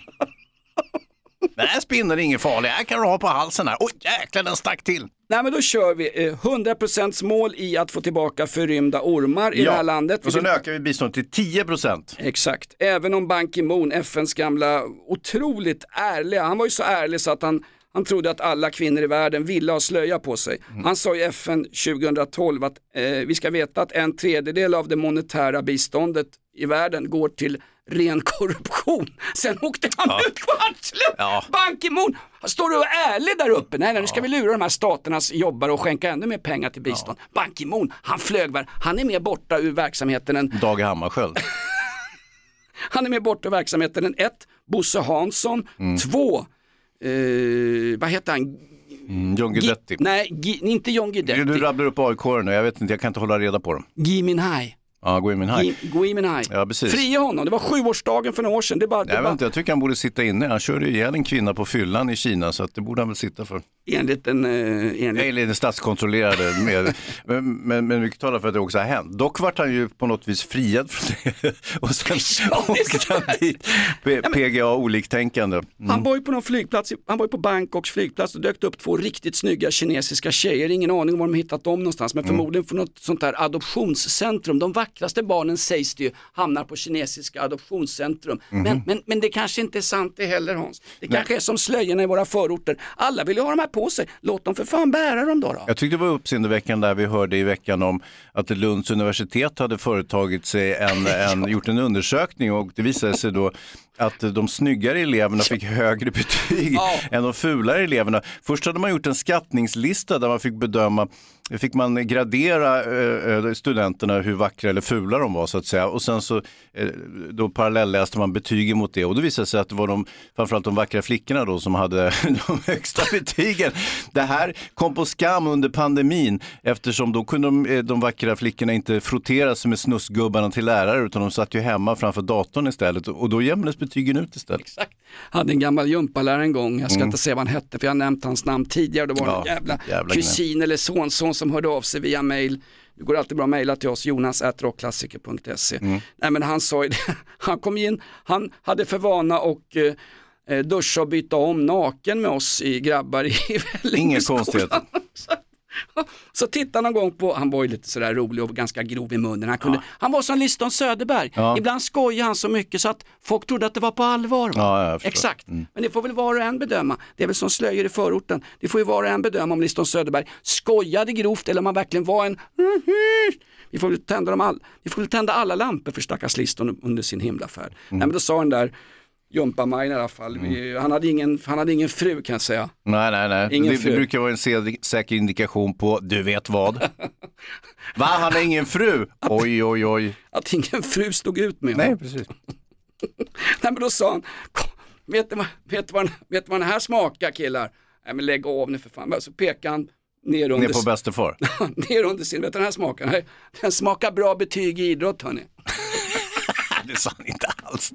Den här spinner är ingen farlig, jag kan du ha på halsen här. Oj, jäklar, den stack till. Nej, men då kör vi eh, hundra procent mål i att få tillbaka förrymda ormar i ja. det här landet. Och så ökar vi bistånd till tio procent. Exakt, även om Ban Ki-moon, F N:s gamla otroligt ärliga, han var ju så ärlig så att han Han trodde att alla kvinnor i världen ville ha slöja på sig. Mm. Han sa i F N tjugohundratolv att eh, vi ska veta att en tredjedel av det monetära biståndet i världen går till ren korruption. Sen åkte han ja. ut på arslet. Ja. Ban Ki-moon står du och är ärlig där uppe. Nej, nej, nu ska ja. vi lura de här staternas jobbare och skänka ännu mer pengar till bistånd. Ja. Ban Ki-moon, han flög var. Han är mer borta ur verksamheten än... Dag Hammarskjöld. Han är mer borta ur verksamheten än ett, Bosse Hansson, mm. två... Uh, vad heter han? Mm, John Guidetti. G- nej, G- inte John Guidetti. Du rabblar upp A I K-erna, jag vet inte, jag kan inte hålla reda på dem. Gui Minhai. Ja, Gui Minhai. Gui Minhai. Ja, precis. Fria honom, det var sjuårsdagen för några år sedan. Det bara, det jag, bara... vet inte, jag tycker han borde sitta inne. Han körde ju ihjäl en kvinna på fyllan i Kina, så att det borde han väl sitta för. Enligt en... Uh, enligt... Eller den statskontrollerade. Med, men, men, men mycket talar för att det också har hänt. Dock vart han ju på något vis friad från det. Och sen åkte han dit. P- P G A oliktänkande. Mm. Han var ju på någon flygplats, han var ju på Bangkoks flygplats och dök upp två riktigt snygga kinesiska tjejer. Ingen aning om var de hittat dem någonstans, men förmodligen mm. från något sånt där adoptionscentrum. De vackraste barnen sägs det ju hamnar på kinesiska adoptionscentrum. Mm. Men, men, men det kanske inte är sant det heller, Hans. Det kanske Nej. är som slöjorna i våra förorter. Alla vill ju ha de här på sig. Låt dem för fan bära dem då. då. Jag tyckte det var uppseendeväckande där vi hörde i veckan om att Lunds universitet hade företagit sig en, en, gjort en undersökning och det visade sig då att de snyggare eleverna fick högre betyg ja. än de fulare eleverna. Först hade man gjort en skattningslista där man fick bedöma, fick man gradera eh, studenterna hur vackra eller fula de var så att säga. Och sen så eh, då parallelläste man betygen mot det och då visade det sig att det var de, framförallt de vackra flickorna då som hade de högsta betygen. Det här kom på skam under pandemin eftersom då kunde de, de vackra flickorna inte frottera sig med snusgubbarna till lärare utan de satt ju hemma framför datorn istället och då jämnades betygen ut istället. Exakt. Hade en gammal gympalärare en gång, jag ska mm. inte säga vad han hette för jag har nämnt hans namn tidigare, det var ja, en jävla, jävla kusin gnäll. Eller sonson som hörde av sig via mail. Det går alltid bra att mejla till oss, jonas at rockklassiker punkt se. Mm. Nej men han sa ju det, han kom in, han hade för vana och eh, eh, duscha och byta om naken med oss i grabbar i Vällingbyskolan. Ingen konstighet. Så tittade någon gång på, han var ju lite sådär rolig och ganska grov i munnen. Han, kunde, ja. han var som Liston Söderberg. Ja. Ibland skojade han så mycket så att folk trodde att det var på allvar. Ja, exakt. Mm. Men det får väl var och en bedöma. Det är väl som slöjer i förorten. Det får ju var och en bedöma om Liston Söderberg skojade grovt eller om han verkligen var en... Vi får väl tända, dem all... Vi får väl tända alla lampor för stackars Liston under sin himlafärd. Mm. Nej, men då sa han där... Jumpa-Maj i alla fall. Mm. Han, hade ingen, han hade ingen fru kan jag säga. Nej, nej, nej. Ingen det, fru. det brukar vara en sed- säker indikation på du vet vad. Va? Han har ingen fru? Oj, oj, oj. Att ingen fru stod ut med Nej, honom. precis. Nej, men då sa han, vet du, vet, vad, vet du vad den här smakar killar? Nej, men lägg av nu för fan. Så pekar han ner under... Ner på bästa far. ner under sin, vet du den här smakar? Nej, den smakar bra betyg i idrott, hörni. Det sa han inte alls.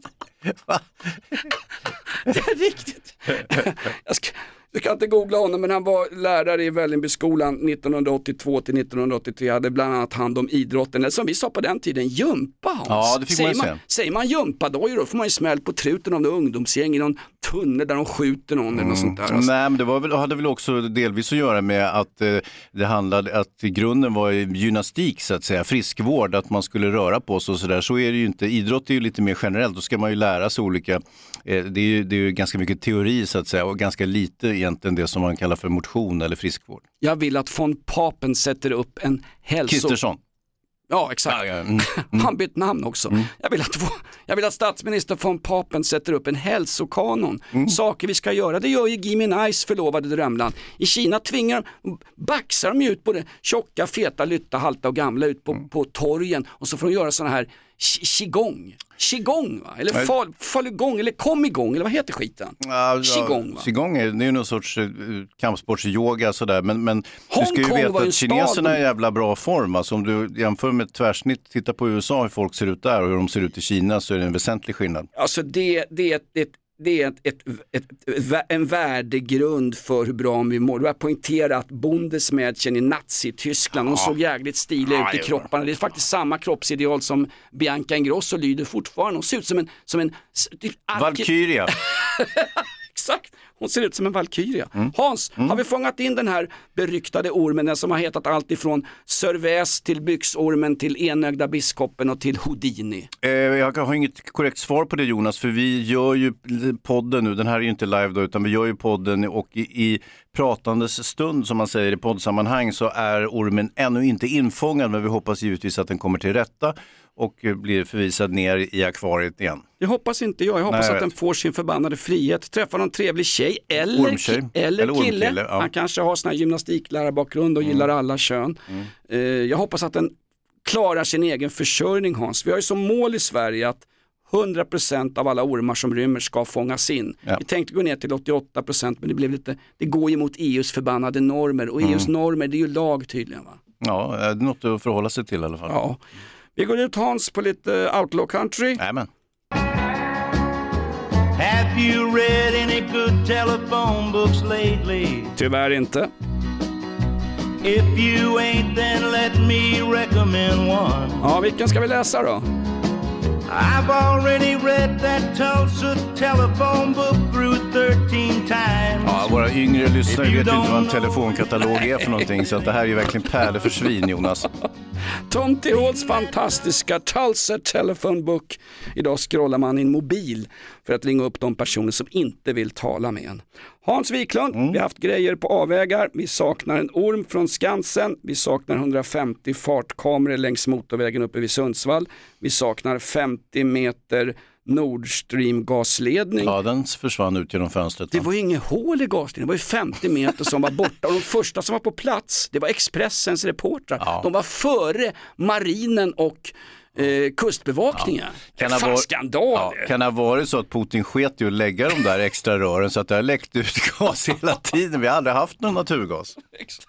Det är riktigt. Jag ska, jag kan inte googla honom, men han var lärare i Vällingbyskolan nittonhundraåttiotvå till nittonhundraåttiotre. Hade bland annat hand om idrotten, eller som vi sa på den tiden, jumpa Hans. Ja, det fick säger man ju man, säger man jumpa då, då får man ju smäll på truten av någon ungdomsgäng i någon tunnel där de skjuter någon mm. eller något sånt där. Alltså. Nej, men det var väl, hade väl också delvis att göra med att eh, det handlade, att grunden var gymnastik så att säga, friskvård, att man skulle röra på sig och sådär. Så är det ju inte. Idrott är ju lite mer generellt, då ska man ju lära sig olika, eh, det, är ju, det är ju ganska mycket teori så att säga och ganska lite egentligen det som man kallar för motion eller friskvård. Jag vill att von Papen sätter upp en hälso... Kristersson. Ja, exakt. Ja, ja, mm, mm. Han bytt namn också. Mm. Jag, vill att, jag vill att statsminister von Papen sätter upp en hälsokanon. Mm. Saker vi ska göra. Det gör ju Gui Minhais förlovade drömland. I Kina tvingar de, baxar de ut både tjocka, feta, lytta, halta och gamla ut på, mm. på torgen. Och så får de göra såna här qigong. Qigong va? Eller fall, fall igång, eller kom igång, eller vad heter skiten? Ja, qigong va? Qigong är, det är ju någon sorts uh, kampsportsyoga sådär, men, men du ska ju veta att kineserna är i jävla bra form. Alltså om du jämför med ett tvärsnitt, titta på U S A hur folk ser ut där och hur de ser ut i Kina, så är det en väsentlig skillnad. Alltså det, det är ett, ett Det är ett, ett, ett, ett, en värdegrund för hur bra vi mår. Du har poängterat att Bundesmädchen i Nazi-Tyskland, de såg jävligt stiliga ja, ut i kropparna. Det är faktiskt samma kroppsideal som Bianca Ingrosso lyder fortfarande. Hon ser ut som en... Som en typ arke... Valkyria. Exakt, hon ser ut som en valkyria. Mm. Hans, mm. har vi fångat in den här beryktade ormen, den som har hetat allt ifrån Sörväs till byxormen till enögda biskopen och till Houdini? Eh, jag har inget korrekt svar på det Jonas, för vi gör ju podden nu, den här är ju inte live då, utan vi gör ju podden och i, i pratandes stund som man säger i poddsammanhang så är ormen ännu inte infångad, men vi hoppas givetvis att den kommer till rätta och blir förvisad ner i akvariet igen. Jag hoppas inte jag. Jag hoppas Nej, jag att den får sin förbannade frihet. Träffar någon trevlig tjej eller, Ormtjej. ki- eller, eller kille. Ormkille, ja. Han kanske har sån här gymnastiklärarbakgrund och mm. gillar alla kön. Mm. Uh, jag hoppas att den klarar sin egen försörjning, Hans. Vi har ju som mål i Sverige att hundra procent av alla ormar som rymmer ska fångas in. Ja. Vi tänkte gå ner till åttioåtta procent, men det blev lite, det går ju mot E U:s förbannade normer. Och mm. E U:s normer, det är ju lag tydligen va? Ja, det är något att förhålla sig till i alla fall. Ja. Vi går ut Hans på lite outlaw country. Amen. Have you read any good telephone books lately? Tyvärr inte. If you ain't then let me recommend one. Ja, vilken ska vi läsa då? I've already read that Tulsa telephone book through thirteen times. Ja, våra yngre lyssnare vet inte vad en telefonkatalog är för någonting, så att det här är ju verkligen pärle för svin, Jonas. Tom T. Holtz fantastiska Tulsa Telephone Book. Idag scrollar man i en mobil för att ringa upp de personer som inte vill tala med en. Hans Wiklund, mm. vi har haft grejer på avvägar. Vi saknar en orm från Skansen. Vi saknar hundrafemtio fartkameror längs motorvägen uppe vid Sundsvall. Vi saknar femtio meter Nord Stream gasledning. Ja, den försvann ut genom fönstret. Det var ju inget hål i gasledningen, det var ju femtio meter som var borta. Och de första som var på plats, det var Expressens reportrar. Ja. De var före marinen och eh, kustbevakningen. Ja. Kan, ha skandal. Ja, kan ha varit så att Putin sket ju att lägga de där extra rören så att det har läckt ut gas hela tiden. Vi har aldrig haft någon naturgas. Exakt.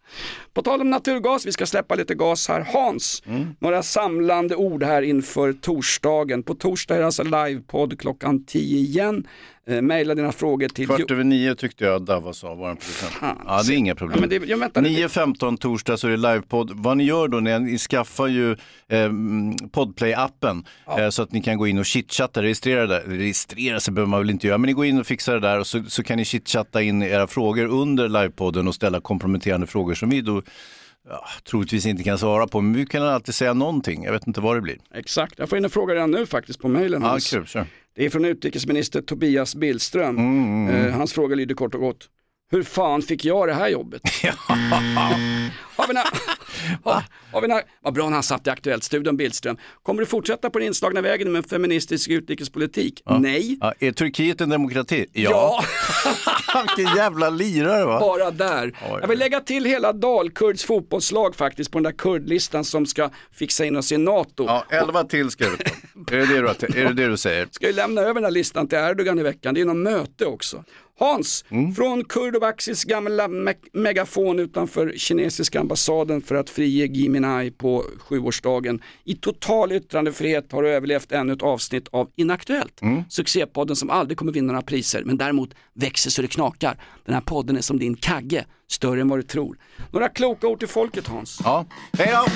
På tal om naturgas, vi ska släppa lite gas här. Hans, mm. några samlande ord här inför torsdagen. På torsdag är det alltså livepodd klockan tio igen. Eh, maila dina frågor till... Kvart över nio tyckte jag Dava sa var en producent. Ja, det är inga problem. Ja, det, väntar, nio femton torsdag så är det livepodd. Vad ni gör då, ni skaffar ju eh, Podplay-appen ja. eh, så att ni kan gå in och chitchatta, registrera där. Registrera sig behöver man väl inte göra, men ni går in och fixar det där och så, så kan ni chitchatta in era frågor under livepodden och ställa komprometterande frågor som vi då ja, troligtvis inte kan svara på, men vi kan alltid säga någonting. Jag vet inte vad det blir. Exakt, jag får in en fråga redan nu faktiskt på mejlen. Ja, kul, kör. Det är från utrikesminister Tobias Billström. Mm, mm, mm. Eh, hans fråga lyder kort och gott: hur fan fick jag det här jobbet? har vi na- har, har vi na- Vad bra när han satt i Aktuellt-studion, Billström. Kommer du fortsätta på den inslagna vägen med feministisk utrikespolitik? Ja. Nej. Ja, är Turkiet en demokrati? Ja. ja. Vilken jävla lirare, va? Bara där. Oj, jag vill lägga till hela Dalkurds fotbollslag faktiskt på den där kurdlistan som ska fixa in oss i NATO. Ja, elva till ska jag veta. Är det det du, är det det du säger? Ska ju lämna över den här listan till Erdogan i veckan. Det är någon möte också. Hans, mm. från Kurdovaxis gamla me- megafon utanför kinesiska ambassaden för att frige Gui Minhai på sjuårsdagen. I total yttrandefrihet har du överlevt ännu ett avsnitt av Inaktuellt. Mm. Succépodden som aldrig kommer vinna några priser, men däremot växer så det knakar. Den här podden är som din kagge, större än vad du tror. Några kloka ord till folket, Hans. Ja, hej då!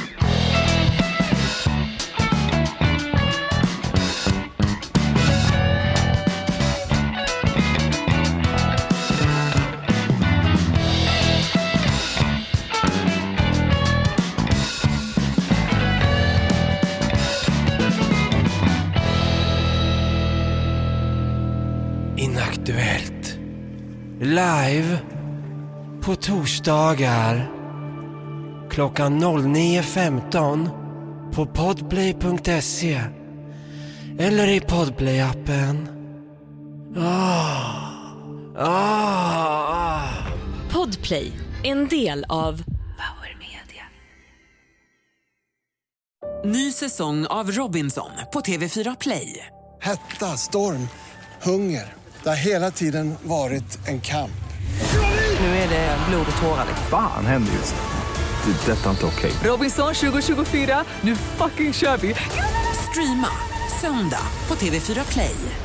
Inaktuellt. Live på torsdagar klockan nio femton på podplay punkt se eller i Podplay-appen. Ah. Ah. Podplay, en del av Power Media. Ny säsong av Robinson på T V fyra Play. Hetta, storm, hunger. Det har hela tiden varit en kamp. Nu är det blod och tårar. Fan händer just det. Det är detta inte okej. Robinson tjugo tjugofyra, nu fucking kör vi. Streama söndag på T V fyra Play.